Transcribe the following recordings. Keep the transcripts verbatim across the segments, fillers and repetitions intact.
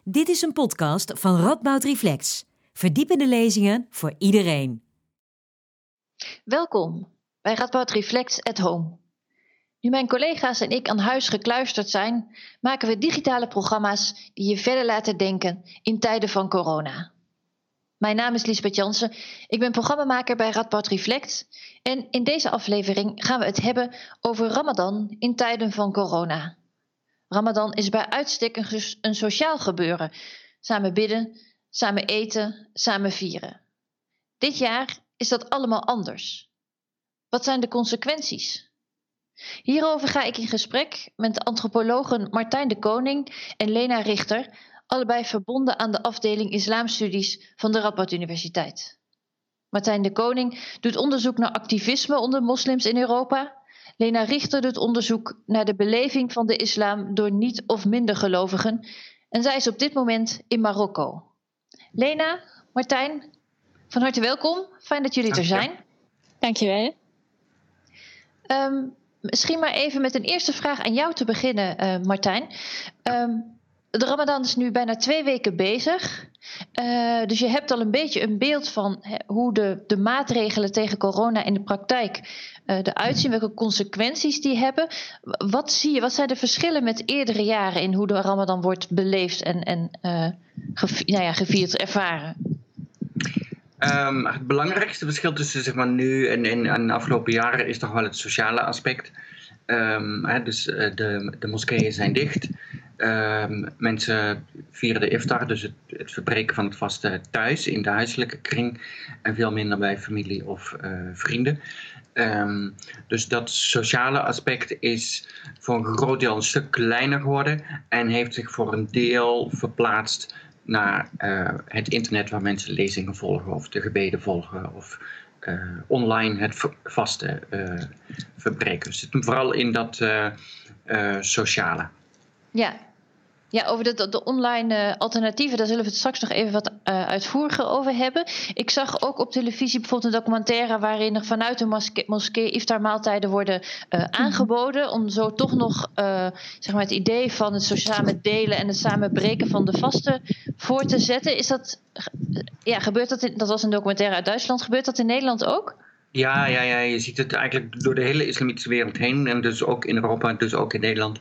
Dit is een podcast van Radboud Reflex. Verdiepende lezingen voor iedereen. Welkom bij Radboud Reflex at Home. Nu mijn collega's en ik aan huis gekluisterd zijn, maken we digitale programma's die je verder laten denken in tijden van corona. Mijn naam is Liesbeth Jansen, ik ben programmamaker bij Radboud Reflex en in deze aflevering gaan we het hebben over Ramadan in tijden van corona. Ramadan is bij uitstek een, een sociaal gebeuren. Samen bidden, samen eten, samen vieren. Dit jaar is dat allemaal anders. Wat zijn de consequenties? Hierover ga ik in gesprek met de antropologen Martijn de Koning en Lena Richter, allebei verbonden aan de afdeling Islamstudies van de Radboud Universiteit. Martijn de Koning doet onderzoek naar activisme onder moslims in Europa. Lena Richter doet onderzoek naar de beleving van de islam door niet of minder gelovigen. En zij is op dit moment in Marokko. Lena, Martijn, van harte welkom. Fijn dat jullie er zijn. Dank je wel. Um, misschien maar even met een eerste vraag aan jou te beginnen, uh, Martijn. Um, de Ramadan is nu bijna twee weken bezig. Uh, dus je hebt al een beetje een beeld van he, hoe de, de maatregelen tegen corona in de praktijk uh, eruit zien, welke consequenties die hebben. Wat zie je, wat zijn de verschillen met eerdere jaren in hoe de Ramadan wordt beleefd en, en uh, gev- nou ja, gevierd, ervaren? Um, het belangrijkste verschil tussen zeg maar, nu en, en, en de afgelopen jaren is toch wel het sociale aspect. Um, hè, dus uh, de, de moskeeën zijn dicht. Um, mensen vieren de iftar, dus het, het verbreken van het vasten thuis in de huiselijke kring en veel minder bij familie of uh, vrienden. Um, dus dat sociale aspect is voor een groot deel een stuk kleiner geworden en heeft zich voor een deel verplaatst naar uh, het internet waar mensen lezingen volgen of de gebeden volgen of uh, online het v- vasten uh, verbreken. Dus het zit hem vooral in dat uh, uh, sociale. Ja. Ja, over de, de online uh, alternatieven, daar zullen we het straks nog even wat uh, uitvoeriger over hebben. Ik zag ook op televisie bijvoorbeeld een documentaire waarin er vanuit de moskee, moskee iftarmaaltijden worden uh, aangeboden. Om zo toch nog uh, zeg maar het idee van het samen delen en het samen breken van de vasten voor te zetten. Is dat, ja, gebeurt dat, in, dat was een documentaire uit Duitsland, gebeurt dat in Nederland ook? Ja, ja, ja, je ziet het eigenlijk door de hele islamitische wereld heen. En dus ook in Europa, dus ook in Nederland.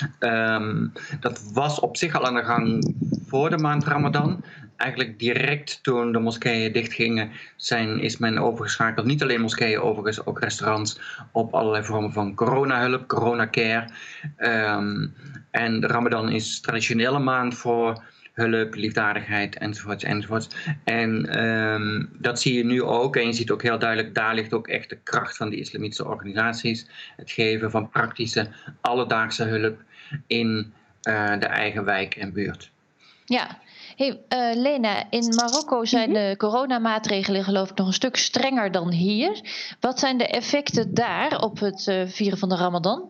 Um, dat was op zich al aan de gang voor de maand Ramadan. Eigenlijk direct toen de moskeeën dichtgingen, zijn, is men overgeschakeld. Niet alleen moskeeën, overigens ook restaurants. Op allerlei vormen van coronahulp, coronacare. Um, en de Ramadan is traditionele maand voor hulp, liefdadigheid, enzovoort, enzovoort. En um, dat zie je nu ook. En je ziet ook heel duidelijk, daar ligt ook echt de kracht van die islamitische organisaties. Het geven van praktische, alledaagse hulp in uh, de eigen wijk en buurt. Ja. Hey, uh, Lena, in Marokko zijn Mm-hmm. de coronamaatregelen geloof ik nog een stuk strenger dan hier. Wat zijn de effecten daar op het uh, vieren van de Ramadan?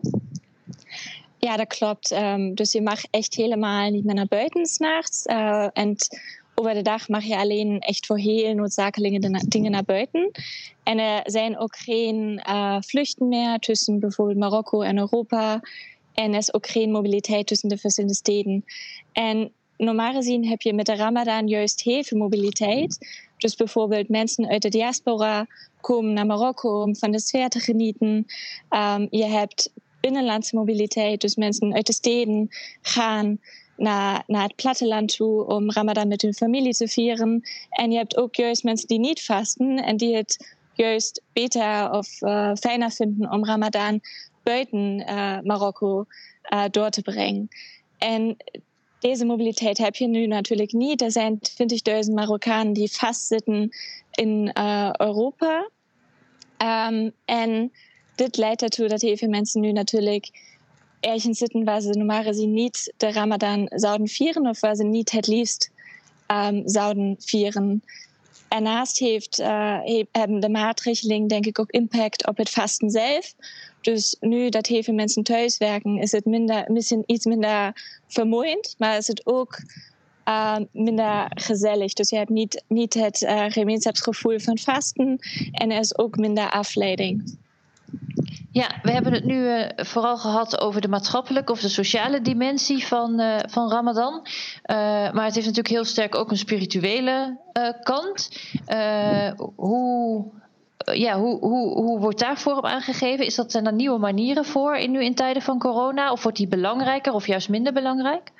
Ja, dat klopt. Um, dus je mag echt helemaal niet meer naar buiten 's nachts. Uh, en over de dag mag je alleen echt voor heel noodzakelijke dingen naar buiten. En er zijn ook geen uh, vluchten meer tussen bijvoorbeeld Marokko en Europa. En er is ook geen mobiliteit tussen de verschillende steden. En normaal gezien heb je met de Ramadan juist heel veel mobiliteit. Dus bijvoorbeeld mensen uit de diaspora komen naar Marokko om van de sfeer te genieten. Um, je hebt binnenlandse mobiliteit, dus mensen uit de steden gaan naar, naar het platteland toe om Ramadan met hun familie te vieren. En je hebt ook juist mensen die niet vasten en die het juist beter of uh, fijner vinden om Ramadan buiten uh, Marokko uh, door te brengen. En deze mobiliteit heb je nu natuurlijk niet. Er zijn twintigduizend Marokkanen die vastzitten in uh, Europa. Um, en dit leidt ertoe dat heel veel mensen nu natuurlijk ergens zitten waar ze normaal gezien niet de Ramadan zouden vieren of waar ze niet het liefst um, zouden vieren. Daarnaast heeft, uh, hebben de maatregelen denk ik ook impact op het vasten zelf. Dus nu dat heel veel mensen thuis werken, is het minder, misschien iets minder vermoeiend, maar is het ook uh, minder gezellig. Dus je hebt niet, niet het uh, gemeenschapsgevoel van vasten en er is ook minder afleiding. Ja, we hebben het nu uh, vooral gehad over de maatschappelijke of de sociale dimensie van, uh, van Ramadan. Uh, maar het heeft natuurlijk heel sterk ook een spirituele uh, kant. Uh, hoe, uh, ja, hoe, hoe, hoe wordt daarvoor op aangegeven? Is dat, zijn er nieuwe manieren voor in, nu in tijden van corona? Of wordt die belangrijker of juist minder belangrijk?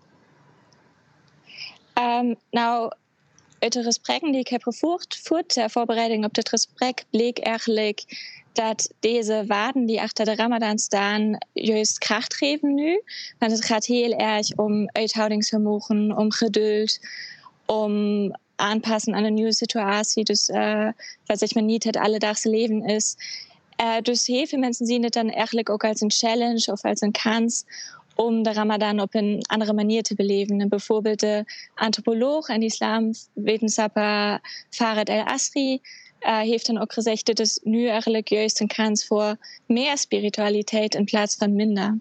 Um, nou, uit de gesprekken die ik heb gevoerd, ter voorbereiding op dit gesprek, bleek eigenlijk dat deze waarden die achter de Ramadan staan juist kracht geven nu. Want het gaat heel erg om uithoudingsvermogen, om geduld, om aanpassen aan een nieuwe situatie. Dus uh, dat zeg maar niet het alledaagse leven is. Uh, dus heel veel mensen zien het dan eigenlijk ook als een challenge of als een kans om de Ramadan op een andere manier te beleven. En bijvoorbeeld de antropoloog en islamwetenschapper Farid El-Asri Uh, heeft dan ook gezegd, dit is nu eigenlijk juist een kans voor meer spiritualiteit in plaats van minder.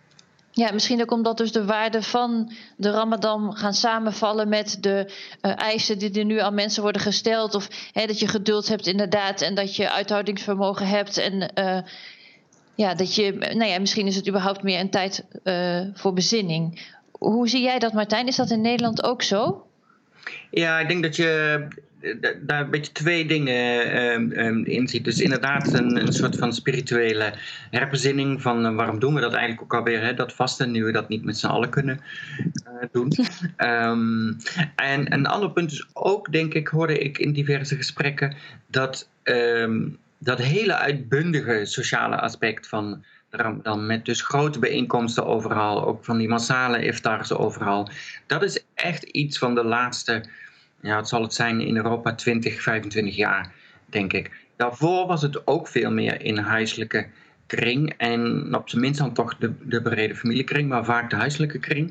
Ja, misschien ook omdat dus de waarden van de Ramadan gaan samenvallen met de uh, eisen die er nu aan mensen worden gesteld. Of hè, dat je geduld hebt inderdaad en dat je uithoudingsvermogen hebt. En uh, ja, dat je, nou ja, misschien is het überhaupt meer een tijd uh, voor bezinning. Hoe zie jij dat, Martijn? Is dat in Nederland ook zo? Ja, ik denk dat je daar een beetje twee dingen um, um, in ziet. Dus inderdaad een, een soort van spirituele herbezinning van uh, waarom doen we dat eigenlijk ook alweer, hè, dat vasten, nu we dat niet met z'n allen kunnen uh, doen. Um, en een ander punt is ook, denk ik, hoorde ik in diverse gesprekken, dat um, dat hele uitbundige sociale aspect van Ramadan, met dus grote bijeenkomsten overal, ook van die massale iftars overal, dat is echt iets van de laatste, ja, het zal het zijn in Europa twintig, vijfentwintig jaar, denk ik. Daarvoor was het ook veel meer in huiselijke kring en op zijn minst dan toch de, de brede familiekring, maar vaak de huiselijke kring.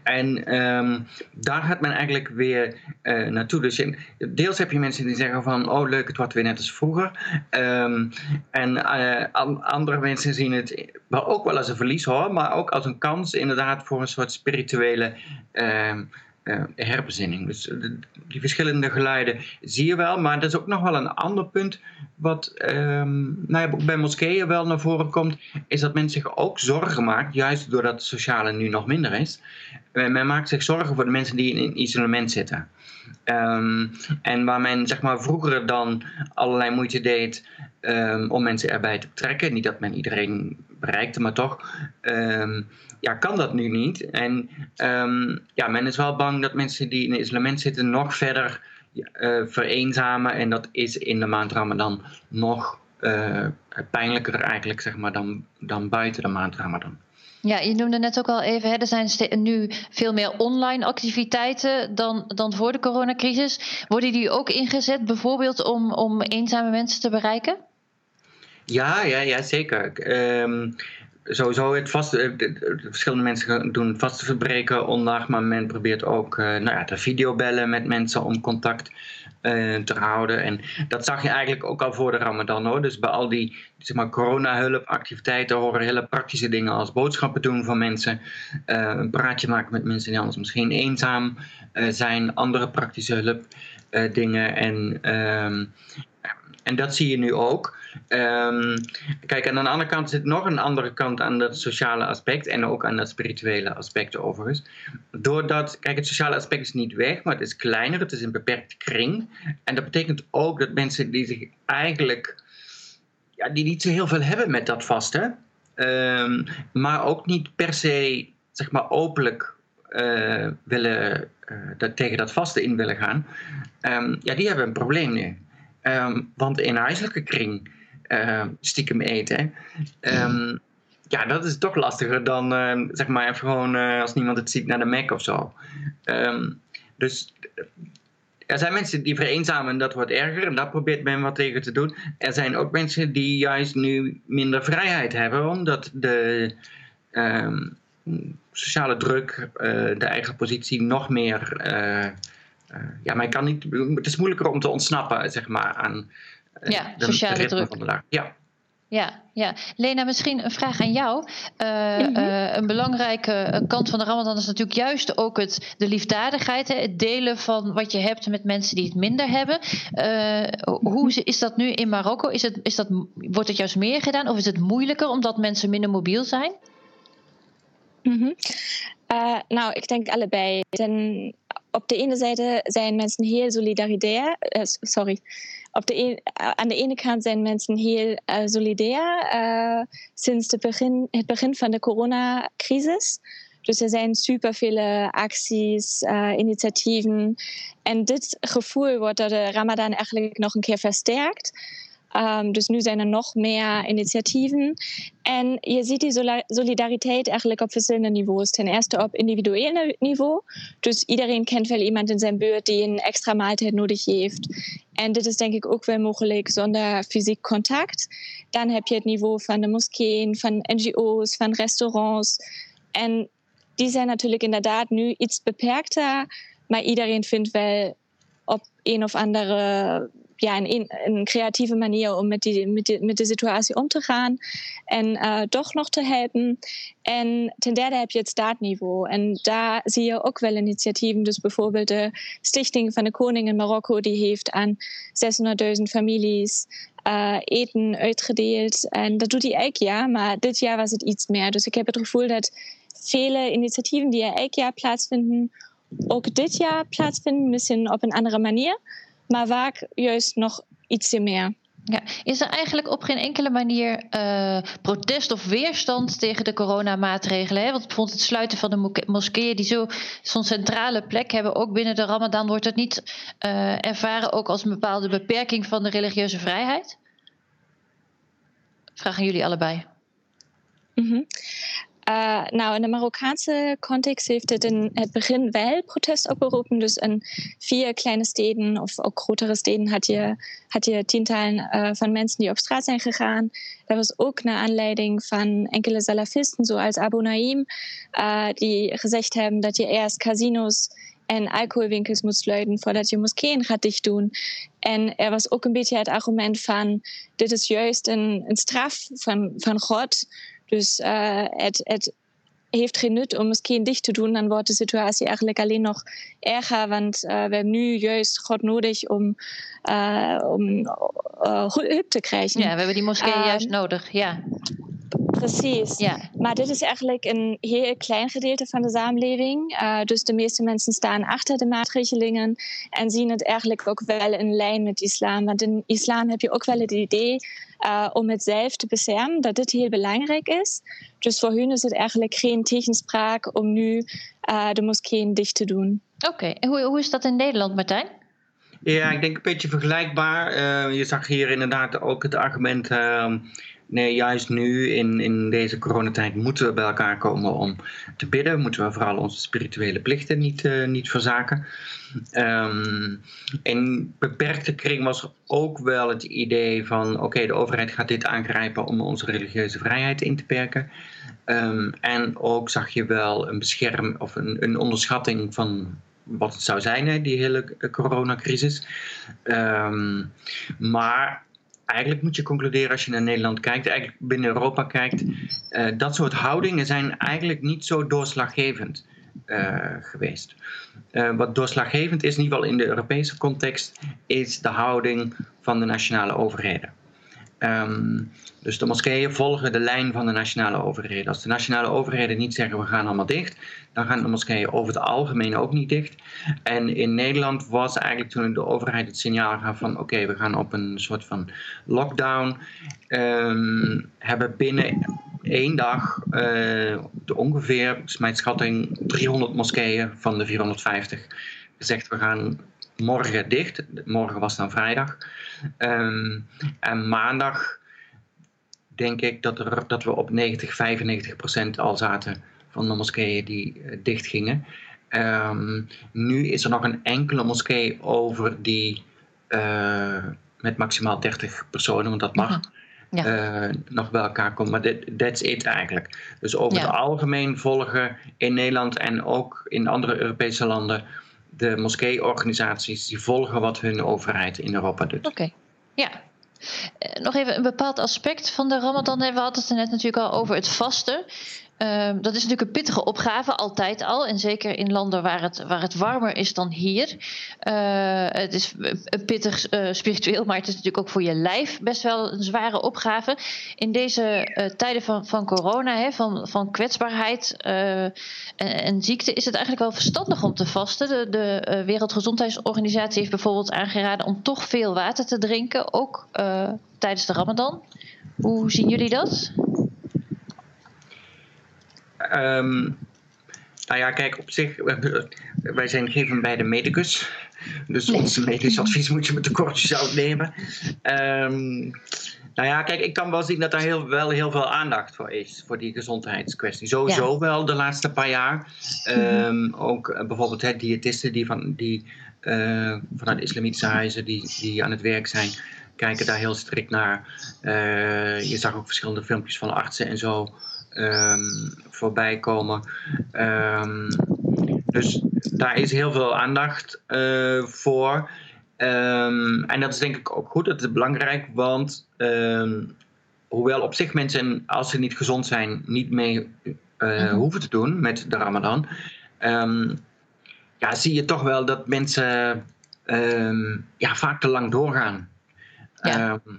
En um, daar gaat men eigenlijk weer uh, naartoe. Dus in, deels heb je mensen die zeggen van, oh leuk, het wordt weer net als vroeger. Um, en uh, an, andere mensen zien het wel ook wel als een verlies hoor, maar ook als een kans inderdaad voor een soort spirituele Uh, Uh, herbezinning. Dus uh, die verschillende geluiden zie je wel, maar dat is ook nog wel een ander punt wat um, nou ja, bij moskeeën wel naar voren komt, is dat men zich ook zorgen maakt, juist doordat het sociale nu nog minder is. Uh, men maakt zich zorgen voor de mensen die in isolement zitten. Um, en waar men zeg maar vroeger dan allerlei moeite deed um, om mensen erbij te betrekken, niet dat men iedereen bereikte, maar toch um, ja, kan dat nu niet. En um, ja, men is wel bang dat mensen die in isolement zitten nog verder uh, vereenzamen, en dat is in de maand Ramadan nog uh, pijnlijker eigenlijk, zeg maar, dan, dan buiten de maand Ramadan. Ja, je noemde net ook al even, hè, er zijn ste- nu veel meer online activiteiten dan, dan voor de coronacrisis. Worden die ook ingezet bijvoorbeeld om, om eenzame mensen te bereiken? Ja, ja, ja zeker. Um, sowieso het vaste, de, de verschillende mensen doen het vaste verbreken online, maar men probeert ook uh, nou ja, te videobellen met mensen om contact uh, te houden. En dat zag je eigenlijk ook al voor de Ramadan hoor. Dus bij al die zeg maar, corona-hulpactiviteiten horen hele praktische dingen als boodschappen doen voor mensen, uh, een praatje maken met mensen die anders misschien eenzaam uh, zijn, andere praktische hulp uh, dingen en um, En dat zie je nu ook. Um, kijk, en aan de andere kant zit nog een andere kant aan dat sociale aspect en ook aan dat spirituele aspect overigens. Doordat, kijk, het sociale aspect is niet weg, maar het is kleiner, het is een beperkte kring. En dat betekent ook dat mensen die zich eigenlijk, ja, die niet zo heel veel hebben met dat vasten, um, maar ook niet per se, zeg maar, openlijk uh, willen, uh, dat, tegen dat vasten in willen gaan, um, ja, die hebben een probleem nu. Um, want in een huiselijke kring uh, stiekem eten, um, ja, dat is toch lastiger dan, uh, zeg maar, even gewoon uh, als niemand het ziet naar de Mac of zo. Um, dus er zijn mensen die vereenzamen en dat wordt erger en daar probeert men wat tegen te doen. Er zijn ook mensen die juist nu minder vrijheid hebben, omdat de um, sociale druk, uh, de eigen positie nog meer Uh, Uh, ja, maar je kan niet, het is moeilijker om te ontsnappen, zeg maar, aan uh, ja, de, sociale de ritme druk van de dag. Ja. Ja, ja. Lena, misschien een vraag aan jou. Uh, mm-hmm. uh, een belangrijke kant van de Ramadan is natuurlijk juist ook het, de liefdadigheid. Hè? Het delen van wat je hebt met mensen die het minder hebben. Uh, hoe is dat nu in Marokko? Is het, is dat, wordt het juist meer gedaan of is het moeilijker omdat mensen minder mobiel zijn? Mm-hmm. Uh, nou, ik denk allebei. Den, op de ene zijde zijn mensen heel solidair. Uh, sorry. Op de een, aan de ene kant zijn mensen heel uh, solidair uh, sinds de begin, het begin van de coronacrisis. Dus er zijn supervele acties, uh, initiatieven. En dit gevoel wordt door de Ramadan eigenlijk nog een keer versterkt. Um, dus nu zijn er nog meer initiatieven. En je ziet die solidariteit eigenlijk op verschillende niveaus. Ten eerste op individueel niveau. Dus iedereen kent wel iemand in zijn buurt die een extra maaltijd nodig heeft. En dit is denk ik ook wel mogelijk zonder fysiek contact. Dan heb je het niveau van de moskeeën, van N G O's, van restaurants. En die zijn natuurlijk inderdaad nu iets beperkter. Maar iedereen vindt wel op een of andere... ja, een, een creatieve manier om met, die, met, die, met de situatie om te gaan en uh, toch nog te helpen. En ten derde heb je het staatniveau. En daar zie je ook wel initiatieven. Dus bijvoorbeeld de Stichting van de Koning in Marokko, die heeft aan zeshonderdduizend families uh, eten uitgedeeld. En dat doet hij elk jaar, maar dit jaar was het iets meer. Dus ik heb het gevoel dat vele initiatieven die er elk jaar plaatsvinden, ook dit jaar plaatsvinden, misschien op een andere manier. Maar vaak juist nog ietsje meer. Ja. Is er eigenlijk op geen enkele manier uh, protest of weerstand tegen de coronamaatregelen? Hè? Want bijvoorbeeld het sluiten van de mo- moskeeën die zo, zo'n centrale plek hebben, ook binnen de Ramadan, wordt het niet uh, ervaren ook als een bepaalde beperking van de religieuze vrijheid? Vraag aan jullie allebei. Mm-hmm. Uh, nou, in de Marokkaanse context heeft het in het begin wel protest opgeroepen. Dus in vier kleine steden of ook grotere steden had je, had je tientallen uh, van mensen die op straat zijn gegaan. Dat was ook naar aanleiding van enkele salafisten, zoals Abu Naim, uh, die gezegd hebben dat je eerst casinos en alcoholwinkels moet sluiten voordat je moskeeën gaat dicht doen. En er was ook een beetje het argument van, dit is juist een, een straf van, van God. Dus uh, het, het heeft geen nut om moskeeën dicht te doen. Dan wordt de situatie eigenlijk alleen nog erger. Want uh, we hebben nu juist God nodig om, uh, om uh, hulp te krijgen. Ja, we hebben die moskeeën uh, juist nodig, ja. Precies. Ja. Maar dit is eigenlijk een heel klein gedeelte van de samenleving. Uh, dus de meeste mensen staan achter de maatregelingen en zien het eigenlijk ook wel in lijn met islam. Want in islam heb je ook wel het idee uh, om het zelf te beschermen, dat dit heel belangrijk is. Dus voor hun is het eigenlijk geen tegenspraak om nu uh, de moskeeën dicht te doen. Oké, okay. En hoe, hoe is dat in Nederland, Martijn? Ja, ik denk een beetje vergelijkbaar. Uh, je zag hier inderdaad ook het argument... Uh, Nee, juist nu in, in deze coronatijd moeten we bij elkaar komen om te bidden. Moeten we vooral onze spirituele plichten niet, uh, niet verzaken. Um, in beperkte kring was er ook wel het idee van... oké, okay, de overheid gaat dit aangrijpen om onze religieuze vrijheid in te perken. Um, en ook zag je wel een bescherm of een, een onderschatting van... wat het zou zijn, hè, die hele coronacrisis. Um, maar... Eigenlijk moet je concluderen als je naar Nederland kijkt, eigenlijk binnen Europa kijkt, uh, dat soort houdingen zijn eigenlijk niet zo doorslaggevend uh, geweest. Uh, wat doorslaggevend is, in ieder geval in de Europese context, is de houding van de nationale overheden. Um, dus de moskeeën volgen de lijn van de nationale overheden. Als de nationale overheden niet zeggen we gaan allemaal dicht, dan gaan de moskeeën over het algemeen ook niet dicht. En in Nederland was eigenlijk toen de overheid het signaal gaf van oké, okay, we gaan op een soort van lockdown. Um, hebben binnen één dag uh, de ongeveer, is mijn schatting, driehonderd moskeeën van de vierhonderdvijftig gezegd we gaan morgen dicht. Morgen was dan vrijdag. Um, en maandag denk ik dat, er, dat we op negentig, vijfennegentig procent al zaten van de moskeeën die uh, dicht gingen. Um, nu is er nog een enkele moskee over die uh, met maximaal dertig personen, want dat mag, ja. uh, nog bij elkaar komen. Maar that, that's it eigenlijk. Dus over ja. het algemeen volgen in Nederland en ook in andere Europese landen de moskeeorganisaties die volgen wat hun overheid in Europa doet. Oké, okay. ja. Uh, nog even een bepaald aspect van de Ramadan. We hadden het er net natuurlijk al over het vasten. Uh, dat is natuurlijk een pittige opgave, altijd al. En zeker in landen waar het, waar het warmer is dan hier. Uh, het is pittig uh, spiritueel, maar het is natuurlijk ook voor je lijf best wel een zware opgave. In deze uh, tijden van, van corona, hè, van, van kwetsbaarheid uh, en, en ziekte, is het eigenlijk wel verstandig om te vasten. De, de uh, Wereldgezondheidsorganisatie heeft bijvoorbeeld aangeraden om toch veel water te drinken, ook uh, tijdens de Ramadan. Hoe zien jullie dat? Um, nou ja, kijk, op zich, wij zijn geen beide medicus. Dus ons medisch advies moet je met een kortje zout nemen. Um, nou ja, kijk, ik kan wel zien dat er heel, wel heel veel aandacht voor is, voor die gezondheidskwestie. Sowieso ja. wel de laatste paar jaar. Um, ook uh, bijvoorbeeld hè, diëtisten die, van, die uh, vanuit de islamitische huizen die, die aan het werk zijn, kijken daar heel strikt naar. Uh, je zag ook verschillende filmpjes van artsen en zo Um, voorbij komen. Um, dus daar is heel veel aandacht uh, voor. Um, en dat is denk ik ook goed, dat is belangrijk, want um, hoewel op zich mensen, als ze niet gezond zijn, niet mee uh, mm-hmm. hoeven te doen met de Ramadan, um, ja, zie je toch wel dat mensen um, ja, vaak te lang doorgaan. Ja. Um,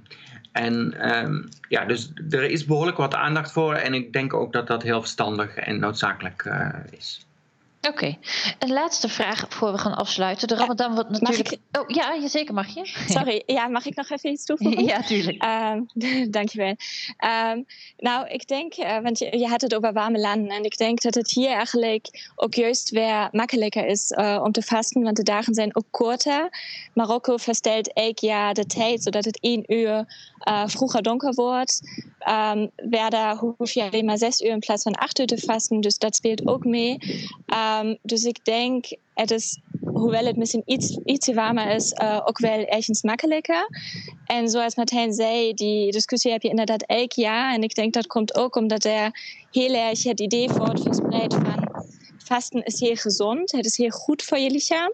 En um, ja, dus er is behoorlijk wat aandacht voor en ik denk ook dat dat heel verstandig en noodzakelijk uh, is. Oké, okay. Een laatste vraag voor we gaan afsluiten. De Ramadan wordt natuurlijk... Ik... Oh ja, zeker mag je. Sorry, ja, mag ik nog even iets toevoegen? Ja, tuurlijk. Um, dankjewel. Um, nou, ik denk, uh, want je, je had het over warme landen en ik denk dat het hier eigenlijk ook juist weer makkelijker is uh, om te vasten, want de dagen zijn ook korter. Marokko verstelt elk jaar de tijd, zodat het één uur uh, vroeger donker wordt. Um, Verder hoef je alleen maar zes uur in plaats van acht uur te vasten, dus dat speelt ook mee. Um, dus ik denk, het is, hoewel het misschien iets, ietsje warmer is, uh, ook wel ergens makkelijker. En zoals Martijn zei, die discussie heb je inderdaad elk jaar. En ik denk dat komt ook omdat er heel erg het idee wordt verspreid van vasten is heel gezond, het is heel goed voor je lichaam.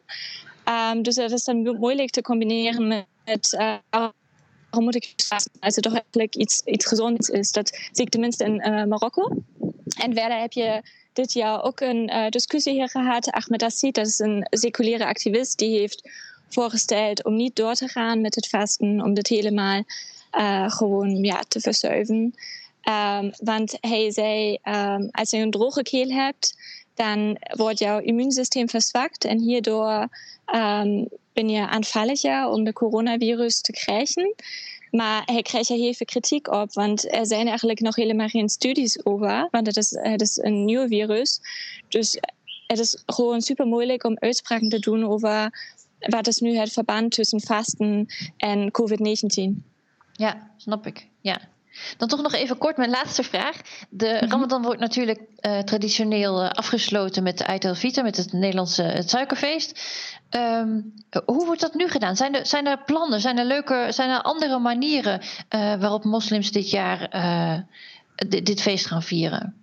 Um, dus dat is dan moeilijk te combineren met... Uh, waarom moet ik vasten als het toch eigenlijk iets, iets gezonds is? Dat zie ik tenminste in uh, Marokko. En verder heb je dit jaar ook een uh, discussie hier gehad. Ahmed Assid, dat is een seculiere activist, die heeft voorgesteld om niet door te gaan met het vasten, om dit helemaal uh, gewoon ja, te verzuiven. Um, want hij zei, um, als je een droge keel hebt, dan wordt jouw immuunsysteem verzwakt en hierdoor um, ben je aanvalliger om de coronavirus te krijgen. Maar hij krijgt er heel veel kritiek op, want er zijn eigenlijk nog helemaal geen studies over, want het is, het is een nieuw virus. Dus het is gewoon super moeilijk om uitspraken te doen over wat is nu het verband tussen vasten en covid negentien. Ja, snap ik. Ja. Dan toch nog even kort mijn laatste vraag. De Ramadan wordt natuurlijk uh, traditioneel uh, afgesloten met de Eid el-Fitr, met het Nederlandse het suikerfeest. Um, hoe wordt dat nu gedaan? Zijn er, zijn er plannen, zijn er leuke, zijn er andere manieren uh, waarop moslims dit jaar uh, dit, dit feest gaan vieren?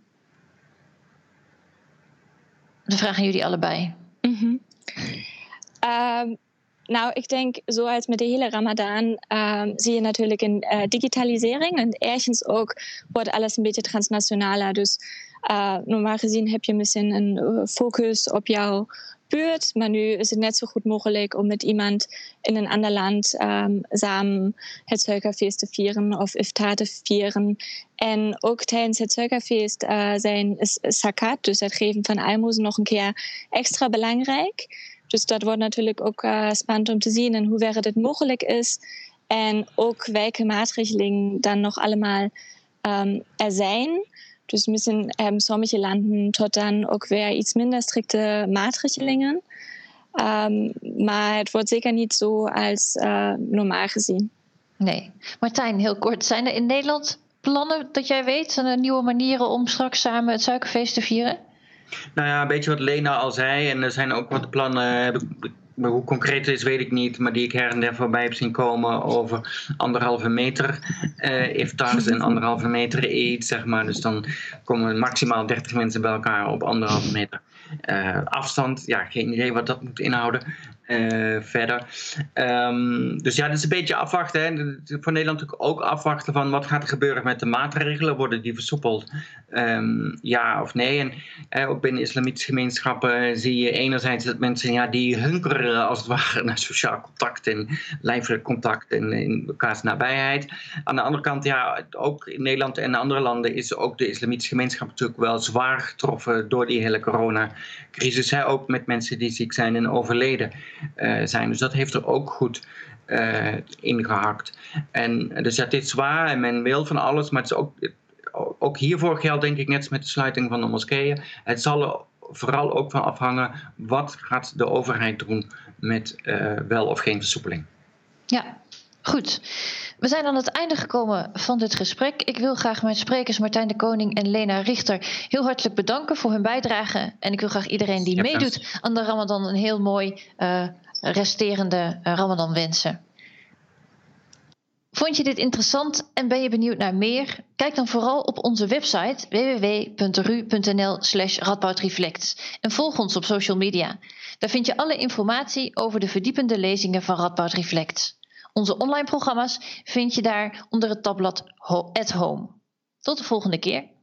De vraag aan jullie allebei. Mm-hmm. Um... Nou, ik denk, zoals met de hele Ramadan um, zie je natuurlijk een uh, digitalisering. En ergens ook wordt alles een beetje transnationaler. Dus uh, normaal gezien heb je misschien een uh, focus op jouw buurt. Maar nu is het net zo goed mogelijk om met iemand in een ander land um, samen het suikerfeest te vieren of iftar te vieren. En ook tijdens het suikerfeest uh, zijn, is zakat, dus het geven van almoezen, nog een keer extra belangrijk. Dus dat wordt natuurlijk ook uh, spannend om te zien in hoeverre dit mogelijk is. En ook welke maatregelen dan nog allemaal um, er zijn. Dus misschien hebben sommige landen tot dan ook weer iets minder strikte maatregelen. Um, maar het wordt zeker niet zo als uh, normaal gezien. Nee. Martijn, heel kort. Zijn er in Nederland plannen dat jij weet? Zijn er nieuwe manieren om straks samen het suikerfeest te vieren? Nou ja, een beetje wat Lena al zei. En er zijn ook wat plannen, hoe concreet het is weet ik niet, maar die ik her en der voorbij heb zien komen over anderhalve meter uh, iftars en anderhalve meter eet, zeg maar. Dus dan komen maximaal dertig mensen bij elkaar op anderhalve meter uh, afstand. Ja, geen idee wat dat moet inhouden. uh, verder. Um, dus ja, dat is een beetje afwachten. Hè. Voor Nederland natuurlijk ook afwachten van wat gaat er gebeuren met de maatregelen. Worden die versoepeld? Um, ja of nee? En uh, ook binnen islamitische gemeenschappen zie je enerzijds dat mensen ja, die hunkeren als het ware naar sociaal contact en lijfelijk contact en in elkaars nabijheid. Aan de andere kant, ja, ook in Nederland en andere landen is ook de islamitische gemeenschap natuurlijk wel zwaar getroffen door die hele coronacrisis. Hè, ook met mensen die ziek zijn en overleden uh, zijn. Dus dat heeft er ook goed uh, ingehakt. En dus ja, het is zwaar en men wil van alles, maar het is ook, ook hiervoor geldt denk ik net als met de sluiting van de moskeeën. Het zal er vooral ook van afhangen wat gaat de overheid doen met uh, wel of geen versoepeling. Ja, goed. We zijn aan het einde gekomen van dit gesprek. Ik wil graag mijn sprekers Martijn de Koning en Lena Richter heel hartelijk bedanken voor hun bijdrage. En ik wil graag iedereen die ja, meedoet aan de Ramadan een heel mooi uh, resterende uh, Ramadan wensen. Vond je dit interessant en ben je benieuwd naar meer? Kijk dan vooral op onze website w w w punt r u punt n l slash radboud reflects en volg ons op social media. Daar vind je alle informatie over de verdiepende lezingen van Radboud Reflects. Onze online programma's vind je daar onder het tabblad At Home. Tot de volgende keer.